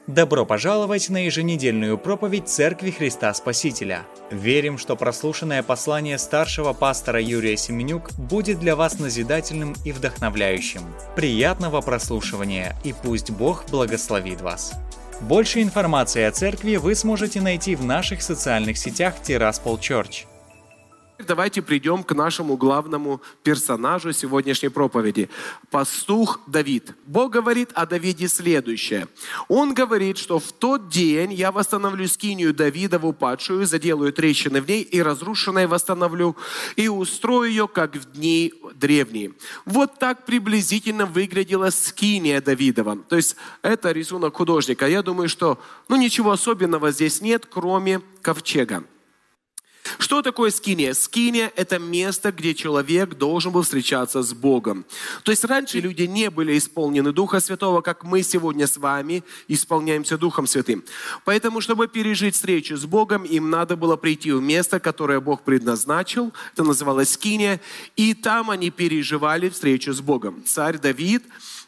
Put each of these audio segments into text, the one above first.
Добро пожаловать на еженедельную проповедь Церкви Христа Спасителя. Верим, что прослушанное послание старшего пастора Юрия Семенюк будет для вас назидательным и вдохновляющим. Приятного прослушивания, и пусть Бог благословит вас. Больше информации о церкви вы сможете найти в наших социальных сетях Тирасполь Church. Давайте придем к нашему главному персонажу сегодняшней проповеди. Пастух Давид. Бог говорит о Давиде следующее. Он говорит, что в тот день я восстановлю скинию Давидову падшую, заделаю трещины в ней и разрушенное восстановлю, и устрою ее, как в дни древние. Вот так приблизительно выглядела скиния Давидова. То есть это рисунок художника. Я думаю, что ничего особенного здесь нет, кроме ковчега. Что такое скиния? Скиния – это место, где человек должен был встречаться с Богом. То есть раньше люди не были исполнены Духа Святого, как мы сегодня с вами исполняемся Духом Святым. Поэтому, чтобы пережить встречу с Богом, им надо было прийти в место, которое Бог предназначил. Это называлось скиния. И там они переживали встречу с Богом. Царь Давид,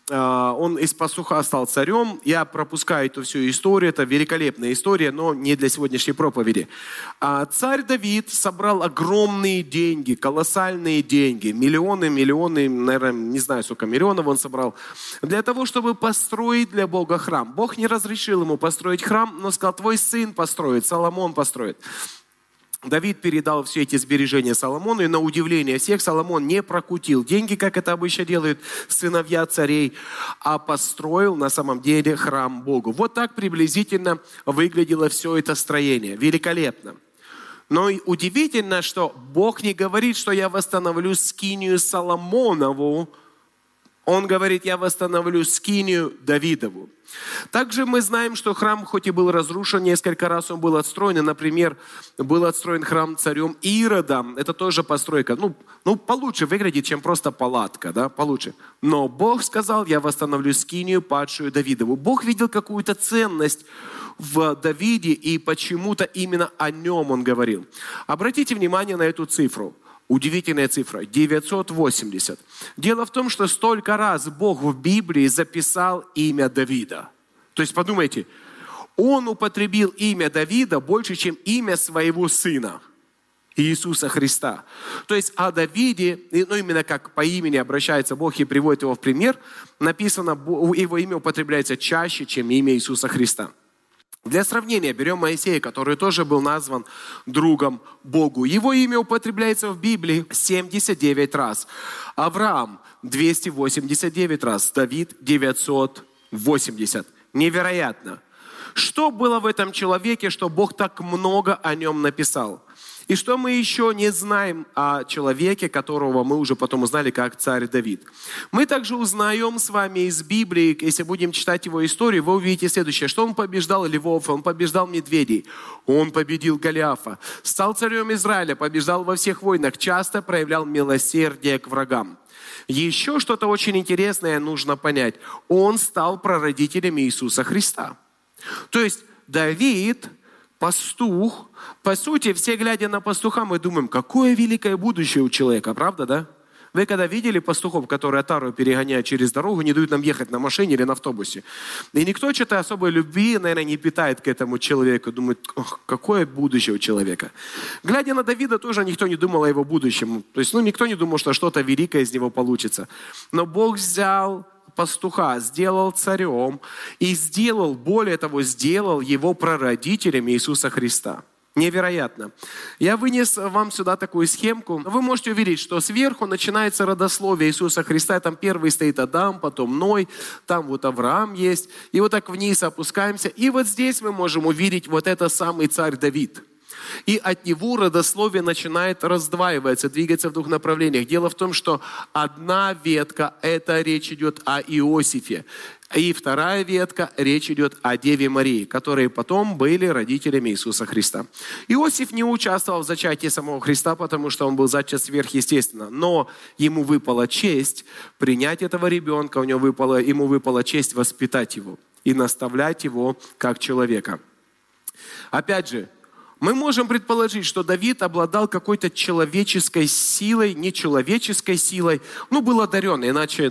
он из пастуха стал царем. Я пропускаю эту всю историю. Это великолепная история, но не для сегодняшней проповеди. Царь Давид собрал огромные деньги, колоссальные деньги. Миллионы, наверное, не знаю, сколько миллионов он собрал. Для того, чтобы построить для Бога храм. Бог не разрешил ему построить храм, но сказал: твой сын построит, Соломон построит. Давид передал все эти сбережения Соломону, и на удивление всех Соломон не прокутил деньги, как это обычно делают сыновья царей, а построил на самом деле храм Богу. Вот так приблизительно выглядело все это строение. Великолепно. Но удивительно, что Бог не говорит, что я восстановлю скинию Соломонову. Он говорит: я восстановлю скинию Давидову. Также мы знаем, что храм, хоть и был разрушен несколько раз, он был отстроен. И, например, был отстроен храм царем Иродом. Это тоже постройка. Получше выглядит, чем просто палатка, да, получше. Но Бог сказал: я восстановлю скинию падшую Давидову. Бог видел какую-то ценность в Давиде, и почему-то именно о нем он говорил. Обратите внимание на эту цифру. Удивительная цифра – 980. Дело в том, что столько раз Бог в Библии записал имя Давида. То есть подумайте, Он употребил имя Давида больше, чем имя своего сына, Иисуса Христа. То есть о Давиде, именно как по имени обращается Бог и приводит его в пример, написано, его имя употребляется чаще, чем имя Иисуса Христа. Для сравнения, берем Моисея, который тоже был назван другом Богу. Его имя употребляется в Библии 79 раз. Авраам 289 раз. Давид 980. Невероятно. Что было в этом человеке, что Бог так много о нем написал? И что мы еще не знаем о человеке, которого мы уже потом узнали как царь Давид? Мы также узнаем с вами из Библии, если будем читать его историю, вы увидите следующее, что он побеждал львов, он побеждал медведей, он победил Голиафа, стал царем Израиля, побеждал во всех войнах, часто проявлял милосердие к врагам. Еще что-то очень интересное нужно понять. Он стал прародителем Иисуса Христа. То есть Давид, пастух, по сути, все глядя на пастуха, мы думаем, какое великое будущее у человека, правда, да? Вы когда видели пастухов, которые отару перегоняют через дорогу, не дают нам ехать на машине или на автобусе? И никто что-то особой любви, наверное, не питает к этому человеку. Думает, какое будущее у человека. Глядя на Давида, тоже никто не думал о его будущем. То есть, никто не думал, что что-то великое из него получится. Но Бог взял пастуха, сделал царем и более того, сделал его прародителем Иисуса Христа. Невероятно. Я вынес вам сюда такую схемку. Вы можете увидеть, что сверху начинается родословие Иисуса Христа. Там первый стоит Адам, потом Ной, там вот Авраам есть. И вот так вниз опускаемся. И вот здесь мы можем увидеть вот это самый царь Давид. И от него родословие начинает раздваиваться, двигаться в двух направлениях. Дело в том, что одна ветка, это речь идет о Иосифе. И вторая ветка, речь идет о Деве Марии, которые потом были родителями Иисуса Христа. Иосиф не участвовал в зачатии самого Христа, потому что он был зачат сверхъестественно. Но ему выпала честь принять этого ребенка, ему выпала честь воспитать его и наставлять его как человека. Опять же, Мы можем предположить, что Давид обладал какой-то человеческой силой, нечеловеческой силой. Был одарен, иначе,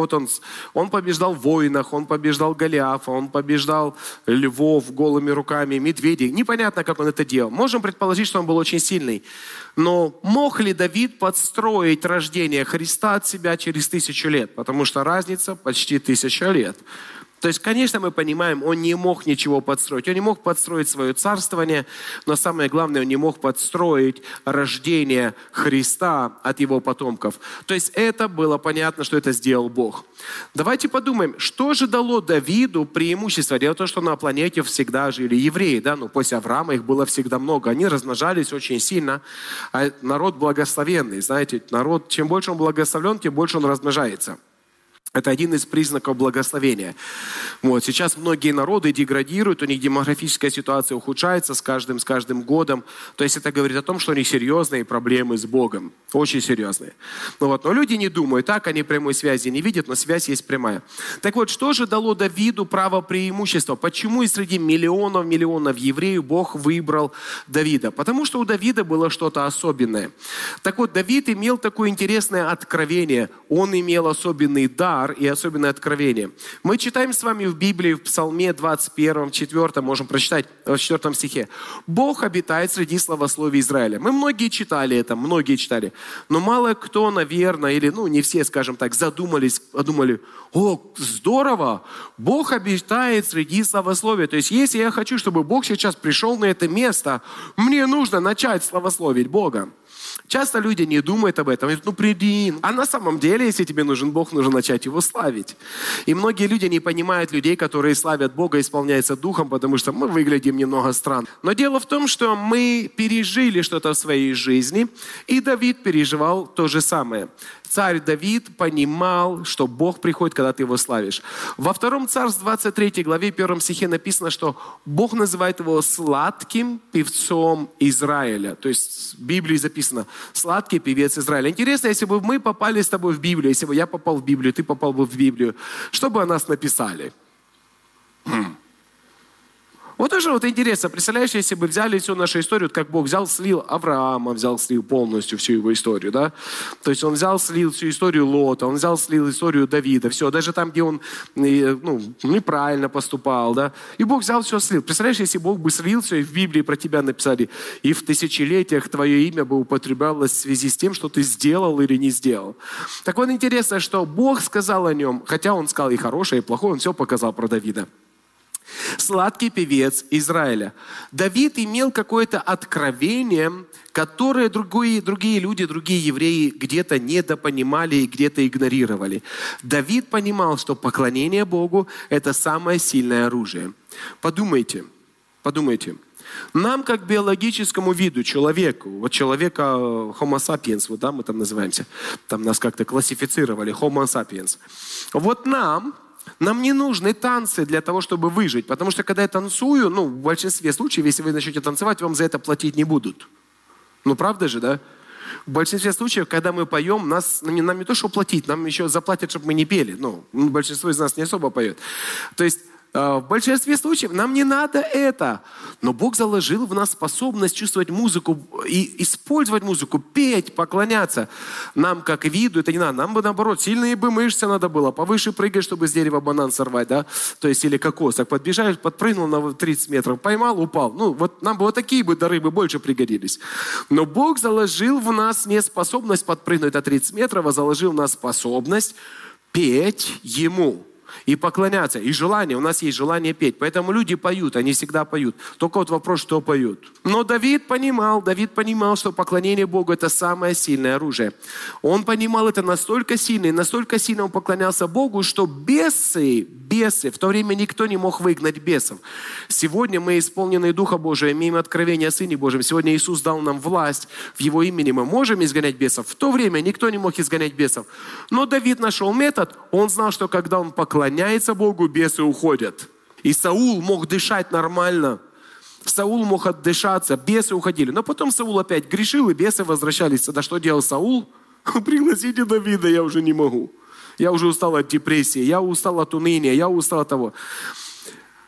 он побеждал в войнах, он побеждал Голиафа, он побеждал львов голыми руками, медведей. Непонятно, как он это делал. Можем предположить, что он был очень сильный. Но мог ли Давид подстроить рождение Христа от себя через 1000 лет? Потому что разница почти 1000 лет. То есть, конечно, мы понимаем, он не мог ничего подстроить. Он не мог подстроить свое царствование, но самое главное, он не мог подстроить рождение Христа от его потомков. То есть, это было понятно, что это сделал Бог. Давайте подумаем, что же дало Давиду преимущество? Дело в том, что на планете всегда жили евреи, да? После Авраама их было всегда много. Они размножались очень сильно, а народ благословенный. Знаете, народ, чем больше он благословен, тем больше он размножается. Это один из признаков благословения. Сейчас многие народы деградируют, у них демографическая ситуация ухудшается с каждым годом. То есть это говорит о том, что у них серьезные проблемы с Богом. Очень серьезные. Но люди не думают так, они прямой связи не видят, но связь есть прямая. Так вот, что же дало Давиду право преимущества? Почему и среди миллионов евреев Бог выбрал Давида? Потому что у Давида было что-то особенное. Так вот, Давид имел такое интересное откровение. Он имел особенный дар и особенное откровение. Мы читаем с вами в Библии, в Псалме 21, 4, можем прочитать в 4 стихе. «Бог обитает среди славословий Израиля». Мы многие читали, но мало кто, наверное, или не все, скажем так, подумали, здорово, Бог обитает среди славословия. То есть, если я хочу, чтобы Бог сейчас пришел на это место, мне нужно начать славословить Бога. Часто люди не думают об этом. Говорят, приди. А на самом деле, если тебе нужен Бог, нужно начать Его славить. И многие люди не понимают людей, которые славят Бога, исполняются Духом, потому что мы выглядим немного странно. Но дело в том, что мы пережили что-то в своей жизни, и Давид переживал то же самое. Царь Давид понимал, что Бог приходит, когда ты Его славишь. Во 2 Царств 23 главе 1 стихе написано, что Бог называет его сладким певцом Израиля. То есть в Библии записано «сладкий певец Израиля». Интересно, если бы мы попали с тобой в Библию, если бы я попал в Библию, ты попал бы в Библию, что бы о нас написали? Тоже интересно. Представляешь, если бы взяли всю нашу историю, как Бог слил Авраама, слил полностью всю его историю, да? То есть он слил всю историю Лота, он слил историю Давида, все, даже там, где он неправильно поступал, да? И Бог все слил. Представляешь, если Бог бы слил все, и в Библии про тебя написали, и в тысячелетиях твое имя бы употреблялось в связи с тем, что ты сделал или не сделал. Так вот интересно, что Бог сказал о нем, хотя он сказал и хорошее, и плохое, он все показал про Давида. Сладкий певец Израиля. Давид имел какое-то откровение, которое другие люди, другие евреи где-то недопонимали и где-то игнорировали. Давид понимал, что поклонение Богу – это самое сильное оружие. Подумайте. Нам, как биологическому виду, человека Homo sapiens, мы там называемся, там нас как-то классифицировали, Homo sapiens. Нам не нужны танцы для того, чтобы выжить. Потому что, когда я танцую, в большинстве случаев, если вы начнете танцевать, вам за это платить не будут. Правда же, да? В большинстве случаев, когда мы поем, нам не то, что платить, нам еще заплатят, чтобы мы не пели. Большинство из нас не особо поет. То есть, в большинстве случаев нам не надо это. Но Бог заложил в нас способность чувствовать музыку и использовать музыку, петь, поклоняться. Нам, как виду, это не надо. Нам бы, наоборот, сильные бы мышцы надо было. Повыше прыгать, чтобы с дерева банан сорвать, да? То есть, или кокос. Так подбежали, подпрыгнул на 30 метров, поймал, упал. Нам бы такие дары бы больше пригодились. Но Бог заложил в нас не способность подпрыгнуть на 30 метров, а заложил в нас способность петь Ему. И поклоняться, и желание. У нас есть желание петь. Поэтому люди поют, они всегда поют. Только вопрос, что поют. Но Давид понимал, что поклонение Богу – это самое сильное оружие. Он понимал это настолько сильно он поклонялся Богу, что бесы, в то время никто не мог выгнать бесов. Сегодня мы, исполненные Духа Божия, имеем откровение о Сыне Божьем. Сегодня Иисус дал нам власть в Его имени. Мы можем изгонять бесов. В то время никто не мог изгонять бесов. Но Давид нашел метод. Он знал, что когда он поклоняется Богу, бесы уходят. И Саул мог дышать нормально. Саул мог отдышаться, бесы уходили. Но потом Саул опять грешил, и бесы возвращались. Тогда что делал Саул? Пригласите Давида, я уже не могу. Я уже устал от депрессии, я устал от уныния, я устал от того.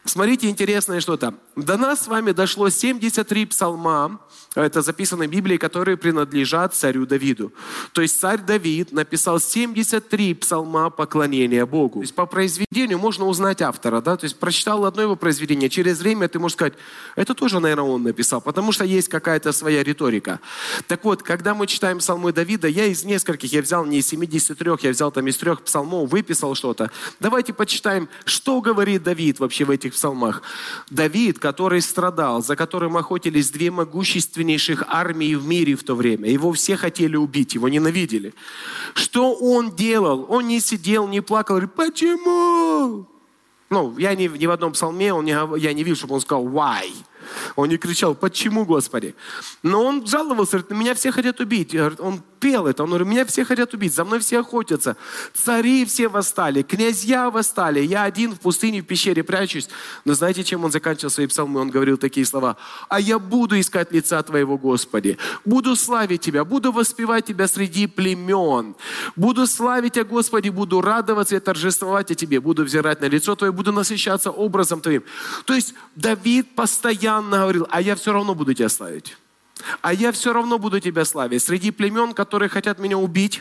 Смотрите, интересное что-то. До нас с вами дошло 73 псалма, это записано в Библии, которые принадлежат царю Давиду. То есть царь Давид написал 73 псалма поклонения Богу. То есть по произведению можно узнать автора, да? То есть прочитал одно его произведение, через время ты можешь сказать, это тоже, наверное, он написал, потому что есть какая-то своя риторика. Так вот, когда мы читаем псалмы Давида, я из нескольких, я взял не из 73, я взял там из 3 псалмов, выписал что-то. Давайте почитаем, что говорит Давид вообще в этих псалмах. Давид, который страдал, за которым охотились 2 могущественнейших армии в мире в то время. Его все хотели убить, его ненавидели. Что он делал? Он не сидел, не плакал, говорит, почему? Я ни в одном псалме, я не видел, чтобы он сказал «why?». Он не кричал «почему, Господи?». Но он жаловался, говорит, меня все хотят убить. Он пел это, он говорит, меня все хотят убить, за мной все охотятся. Цари все восстали, князья восстали, я один в пустыне, в пещере прячусь. Но знаете, чем он заканчивал свои псалмы? Он говорил такие слова: «А я буду искать лица Твоего, Господи, буду славить Тебя, буду воспевать Тебя среди племен, буду славить Тебя, Господи, буду радоваться и торжествовать о Тебе, буду взирать на лицо Твое, буду насыщаться образом Твоим». То есть Давид постоянно говорил, а я все равно буду Тебя славить. А я все равно буду Тебя славить. Среди племен, которые хотят меня убить,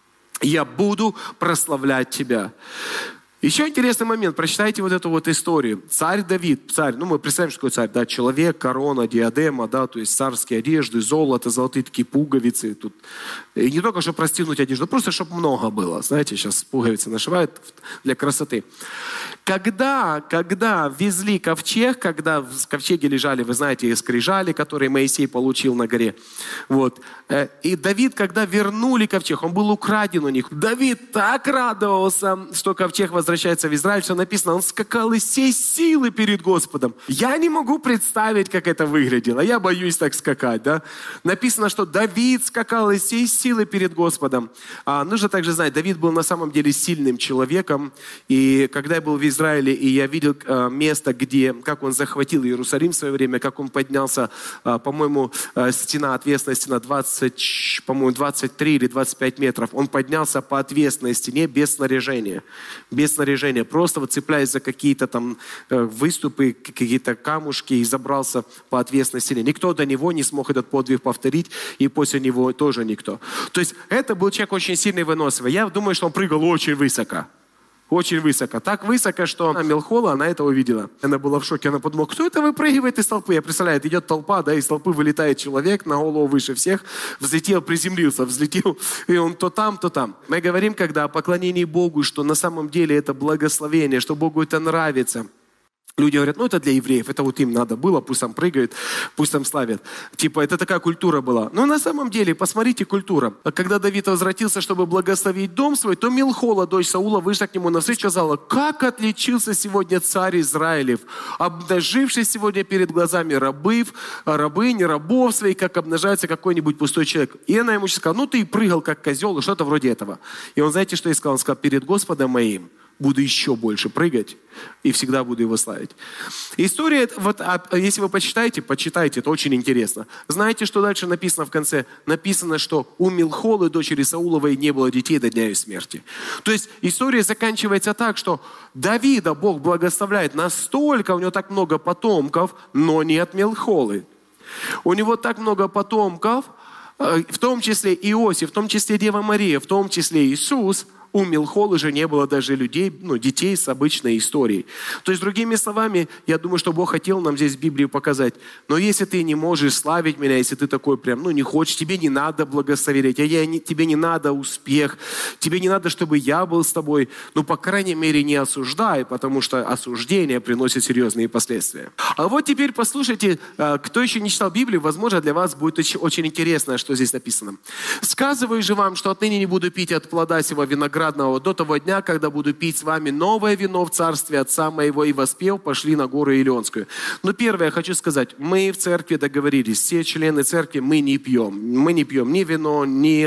я буду прославлять Тебя. Еще интересный момент. Прочитайте вот эту вот историю. Царь Давид, мы представим, что такой царь, да, человек, корона, диадема, да, то есть царские одежды, золото, золотые такие пуговицы. Тут. И не только, чтобы растянуть одежду, просто, чтобы много было. Знаете, сейчас пуговицы нашивают для красоты. Когда везли ковчег, когда в ковчеге лежали, вы знаете, скрижали, которые Моисей получил на горе. Вот. И Давид, когда вернули ковчег, он был украден у них. Давид так радовался, что ковчег возвращается в Израиль, что написано, он скакал из всей силы перед Господом. Я не могу представить, как это выглядело. Я боюсь так скакать, да. Написано, что Давид скакал из всей силы перед Господом. Нужно также знать, Давид был на самом деле сильным человеком. И когда я был в Израиле, и я видел место, как он захватил Иерусалим в свое время, как он поднялся, по-моему, ответственная стена 23 или 25 метров. Он поднялся по ответственной стене без снаряжения. Просто вот цепляясь за какие-то там выступы, какие-то камушки, и забрался по ответственной стене. Никто до него не смог этот подвиг повторить, и после него тоже никто. То есть это был человек очень сильный и выносливый. Я думаю, что он прыгал очень высоко. Очень высоко. Так высоко, что Милхола, она это увидела. Она была в шоке. Она подумала, кто это выпрыгивает из толпы? Я представляю, идет толпа, да, из толпы вылетает человек на голову выше всех, взлетел, и он то там, то там. Мы говорим, когда о поклонении Богу, что на самом деле это благословение, что Богу это нравится. Люди говорят, это для евреев, это вот им надо было, пусть там прыгают, пусть там славят. Это такая культура была. Но на самом деле, посмотрите, культура. Когда Давид возвратился, чтобы благословить дом свой, то Милхола, дочь Саула, вышла к нему навстречу и сказала, как отличился сегодня царь Израилев, обнаживший сегодня перед глазами рабынь, рабов своих, как обнажается какой-нибудь пустой человек. И она ему сказала, ты и прыгал, как козел, и что-то вроде этого. И он, знаете, что ей сказал? Он сказал, перед Господом моим буду еще больше прыгать и всегда буду его славить. История, если вы почитаете, это очень интересно. Знаете, что дальше написано в конце? Написано, что у Милхолы, дочери Сауловой, не было детей до дня ее смерти. То есть история заканчивается так, что Давида Бог благословляет настолько, у него так много потомков, но не от Милхолы. У него так много потомков, в том числе Иосиф, в том числе Дева Мария, в том числе Иисус. У Милхолы же не было даже детей с обычной историей. То есть, другими словами, я думаю, что Бог хотел нам здесь в Библии показать, но если ты не можешь славить меня, если ты такой не хочешь, тебе не надо благословить, тебе не надо успех, тебе не надо, чтобы я был с тобой, по крайней мере, не осуждай, потому что осуждение приносит серьезные последствия. А вот теперь послушайте, кто еще не читал Библию, возможно, для вас будет очень интересно, что здесь написано. «Сказываю же вам, что отныне не буду пить от плода сего виноградного до того дня, когда буду пить с вами новое вино в царстве Отца моего, и воспев, пошли на гору Илионскую». Но первое, я хочу сказать, мы в церкви договорились, все члены церкви, мы не пьем. Мы не пьем ни вино,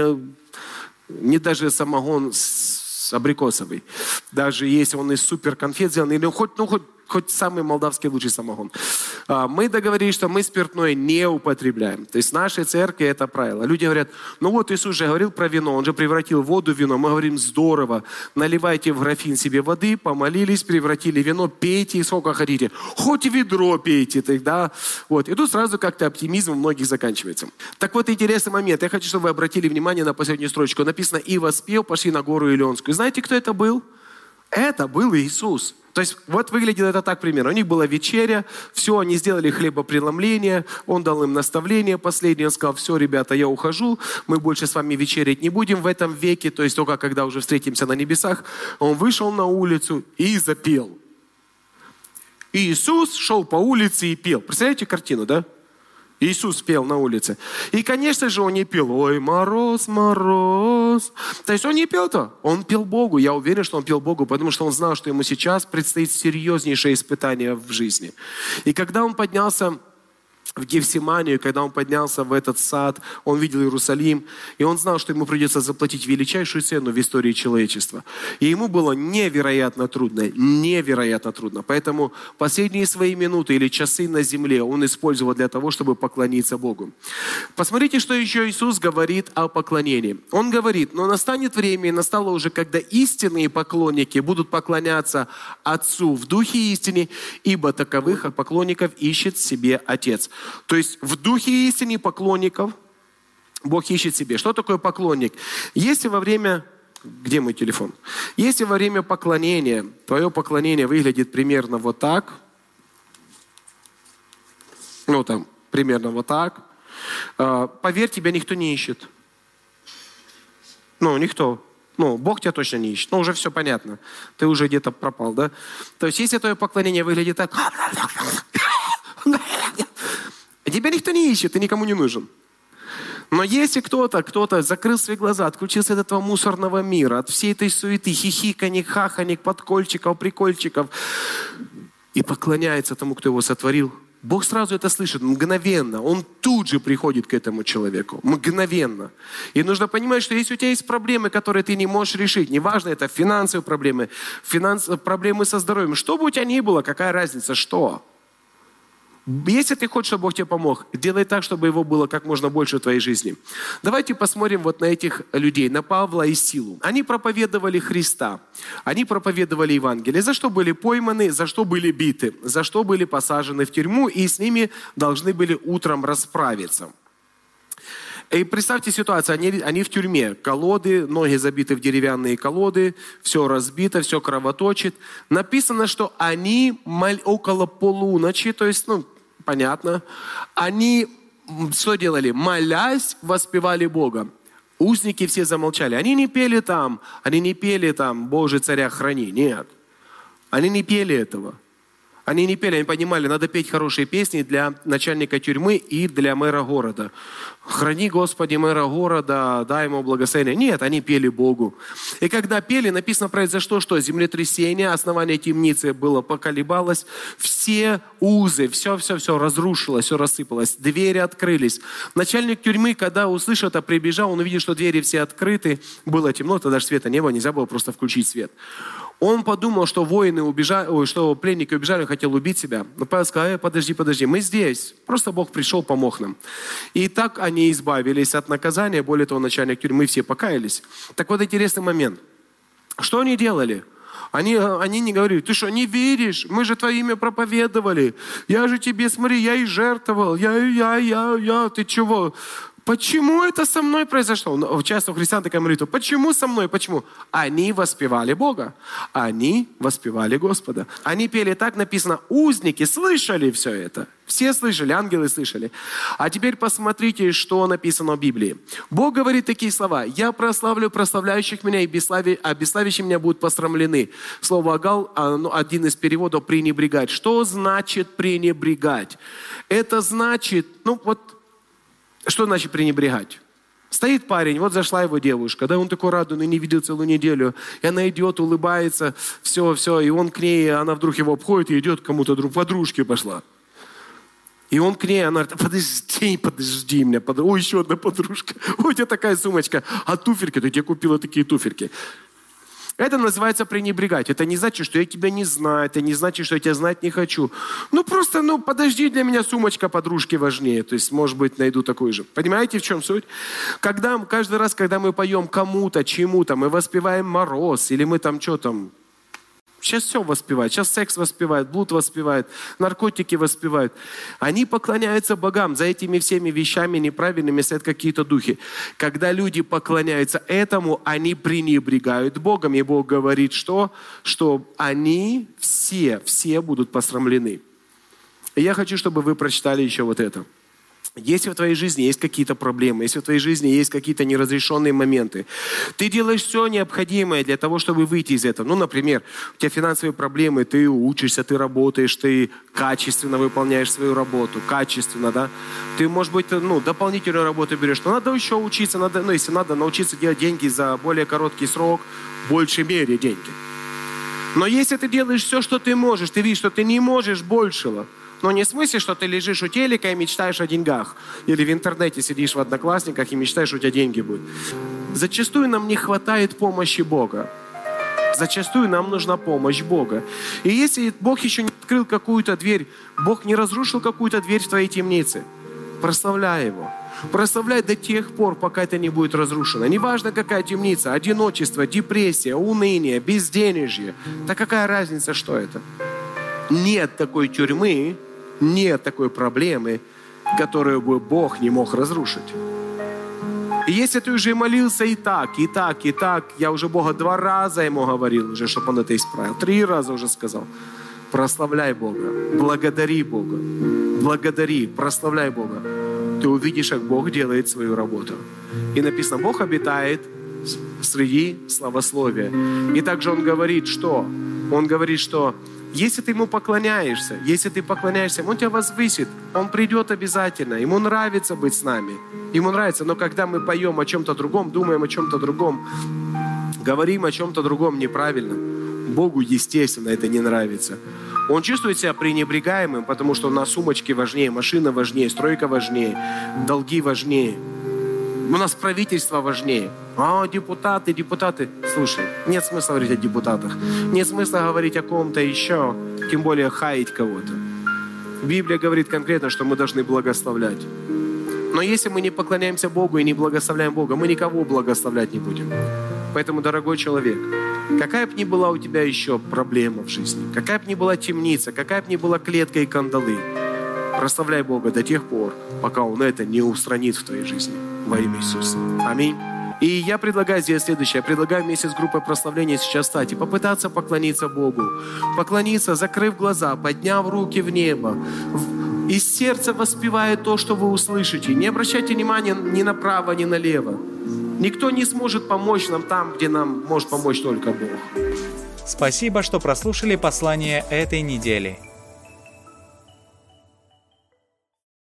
ни даже самогон абрикосовый. Даже если он из суперконфет сделан, или хоть хоть самый молдавский лучший самогон. Мы договорились, что мы спиртное не употребляем. То есть в нашей церкви это правило. Люди говорят, ну вот Иисус же говорил про вино, Он же превратил воду в вино. Мы говорим, здорово, наливайте в графин себе воды, помолились, превратили вино, пейте сколько хотите. Хоть ведро пейте тогда. Вот. И тут сразу как-то оптимизм у многих заканчивается. Так вот, интересный момент. Я хочу, чтобы вы обратили внимание на последнюю строчку. Написано, и воспел, пошли на гору Илионскую. Знаете, кто это был? Это был Иисус. То есть вот выглядело это так примерно. У них была вечеря, все, они сделали хлебопреломление, Он дал им наставление последнее, Он сказал, все, ребята, я ухожу, мы больше с вами вечерять не будем в этом веке, то есть только когда уже встретимся на небесах. Он вышел на улицу и запел. И Иисус шел по улице и пел. Представляете картину, да? Иисус пел на улице. И, конечно же, Он не пел, ой, мороз, мороз. То есть Он не пел-то, Он пел Богу. Я уверен, что Он пел Богу, потому что Он знал, что Ему сейчас предстоит серьезнейшее испытание в жизни. И когда Он поднялся в Гефсиманию, когда Он поднялся в этот сад, Он видел Иерусалим, и Он знал, что Ему придется заплатить величайшую цену в истории человечества. И Ему было невероятно трудно, невероятно трудно. Поэтому последние свои минуты или часы на земле Он использовал для того, чтобы поклониться Богу. Посмотрите, что еще Иисус говорит о поклонении. Он говорит, но настанет время, и настало уже, когда истинные поклонники будут поклоняться Отцу в духе истине, ибо таковых поклонников ищет себе Отец. То есть в духе истины поклонников Бог ищет себе. Что такое поклонник? Если во время... Где мой телефон? Если во время поклонения, твое поклонение выглядит примерно вот так, ну там, примерно вот так, поверь, тебя никто не ищет. Ну, никто. Ну, Бог тебя точно не ищет. Ну, уже все понятно. Ты уже где-то пропал, да? То есть, если твое поклонение выглядит так... Тебя никто не ищет, ты никому не нужен. Но если кто-то закрыл свои глаза, отключился от этого мусорного мира, от всей этой суеты, хихиканик, хаханик, подкольчиков, прикольчиков, и поклоняется тому, кто его сотворил, Бог сразу это слышит, мгновенно. Он тут же приходит к этому человеку, мгновенно. И нужно понимать, что если у тебя есть проблемы, которые ты не можешь решить, неважно, это финансовые проблемы, проблемы со здоровьем, что бы у тебя ни было, какая разница, что? Если ты хочешь, чтобы Бог тебе помог, делай так, чтобы Его было как можно больше в твоей жизни. Давайте посмотрим вот на этих людей, на Павла и Силу. Они проповедовали Христа, они проповедовали Евангелие. За что были пойманы, за что были биты, за что были посажены в тюрьму, и с ними должны были утром расправиться. И представьте ситуацию, они в тюрьме, колоды, ноги забиты в деревянные колоды, все разбито, все кровоточит. Написано, что они около полуночи, то есть, понятно, они что делали? Молясь, воспевали Бога. Узники все замолчали. Они не пели там, «Боже, царя храни». Нет, они не пели этого. Они не пели, они понимали, надо петь хорошие песни для начальника тюрьмы и для мэра города. «Храни, Господи, мэра города, дай ему благословение». Нет, они пели Богу. И когда пели, написано произошло, что землетрясение, основание темницы было поколебалось, все узы, все разрушилось, все рассыпалось, двери открылись. Начальник тюрьмы, когда услышал это, прибежал, он увидел, что двери все открыты, было темно, тогда даже света не было, нельзя было просто включить свет. Он подумал, что воины убежали, что пленники убежали, он хотел убить себя. Но Павел сказал, подожди, мы здесь. Просто Бог пришел, помог нам. И так они избавились от наказания. Более того, начальник тюрьмы все покаялись. Так вот, интересный момент. Что они делали? Они не говорили, ты что, не веришь? Мы же твое имя проповедовали. Я же тебе, смотри, я и жертвовал. Ты чего? Почему это со мной произошло? Часто у христиан такая молитва. Почему со мной? Почему? Они воспевали Бога. Они воспевали Господа. Они пели так, написано, узники слышали все это. Все слышали, ангелы слышали. А теперь посмотрите, что написано в Библии. Бог говорит такие слова. «Я прославлю прославляющих меня, и бесславящие меня будут посрамлены». Слово «агал», один из переводов «пренебрегать». Что значит пренебрегать? Это значит, что значит пренебрегать? Стоит парень, вот зашла его девушка, да, он такой радостный, не видел целую неделю, и она идет, улыбается, все, и он к ней, она вдруг его обходит и идет к кому-то, подружке пошла. И он к ней, она говорит, подожди меня, ой, еще одна подружка, ой, у тебя такая сумочка, а туфельки, ты тебе купила такие туфельки. Это называется пренебрегать. Это не значит, что я тебя не знаю, это не значит, что я тебя знать не хочу. Просто, подожди, для меня сумочка подружки важнее. То есть, может быть, найду такую же. Понимаете, в чем суть? Каждый раз, когда мы поем кому-то, чему-то, мы воспеваем мороз, или мы там что там... Сейчас все воспевают. Сейчас секс воспевает, блуд воспевает, наркотики воспевают. Они поклоняются богам. За этими всеми вещами неправильными стоят какие-то духи. Когда люди поклоняются этому, они пренебрегают Богом. И Бог говорит, что они все будут посрамлены. И я хочу, чтобы вы прочитали еще вот это. Если в твоей жизни есть какие-то проблемы, если в твоей жизни есть какие-то неразрешенные моменты, ты делаешь все необходимое для того, чтобы выйти из этого. Например, у тебя финансовые проблемы, ты учишься, ты работаешь, ты качественно выполняешь свою работу, качественно, да. Ты, может быть, дополнительную работу берешь, но надо еще учиться, если надо научиться делать деньги за более короткий срок, в большей мере деньги. Но если ты делаешь все, что ты можешь, ты видишь, что ты не можешь большего, но не в смысле, что ты лежишь у телека и мечтаешь о деньгах. Или в интернете сидишь в Одноклассниках и мечтаешь, что у тебя деньги будут. Зачастую нам не хватает помощи Бога. Зачастую нам нужна помощь Бога. И если Бог еще не открыл какую-то дверь, Бог не разрушил какую-то дверь в твоей темнице, прославляй Его. Прославляй до тех пор, пока это не будет разрушено. Неважно, какая темница, одиночество, депрессия, уныние, безденежье. Да какая разница, что это? Нет такой тюрьмы, нет такой проблемы, которую бы Бог не мог разрушить. И если ты уже молился и так, я уже Бога 2 раза ему говорил, уже, чтобы он это исправил. 3 раза уже сказал. Прославляй Бога, благодари Бога, прославляй Бога. Ты увидишь, как Бог делает свою работу. И написано, Бог обитает среди славословия. И также Он говорит, что? Он говорит, что если ты Ему поклоняешься, Он тебя возвысит, Он придет обязательно. Ему нравится быть с нами. Ему нравится, но когда мы поем о чем-то другом, думаем о чем-то другом, говорим о чем-то другом неправильном, Богу, естественно, это не нравится. Он чувствует себя пренебрегаемым, потому что у нас сумочки важнее, машина важнее, стройка важнее, долги важнее. У нас правительство важнее. Депутаты. Слушай, нет смысла говорить о депутатах. Нет смысла говорить о ком-то еще, тем более хаять кого-то. Библия говорит конкретно, что мы должны благословлять. Но если мы не поклоняемся Богу и не благословляем Бога, мы никого благословлять не будем. Поэтому, дорогой человек, какая бы ни была у тебя еще проблема в жизни, какая бы ни была темница, какая бы ни была клетка и кандалы, прославляй Бога до тех пор, пока Он это не устранит в твоей жизни. Во имя Иисуса. Аминь. И я предлагаю сделать следующее. Я предлагаю вместе с группой прославления сейчас встать и попытаться поклониться Богу. Поклониться, закрыв глаза, подняв руки в небо. Из сердца воспевая то, что вы услышите. Не обращайте внимания ни направо, ни налево. Никто не сможет помочь нам там, где нам может помочь только Бог. Спасибо, что прослушали послание этой недели.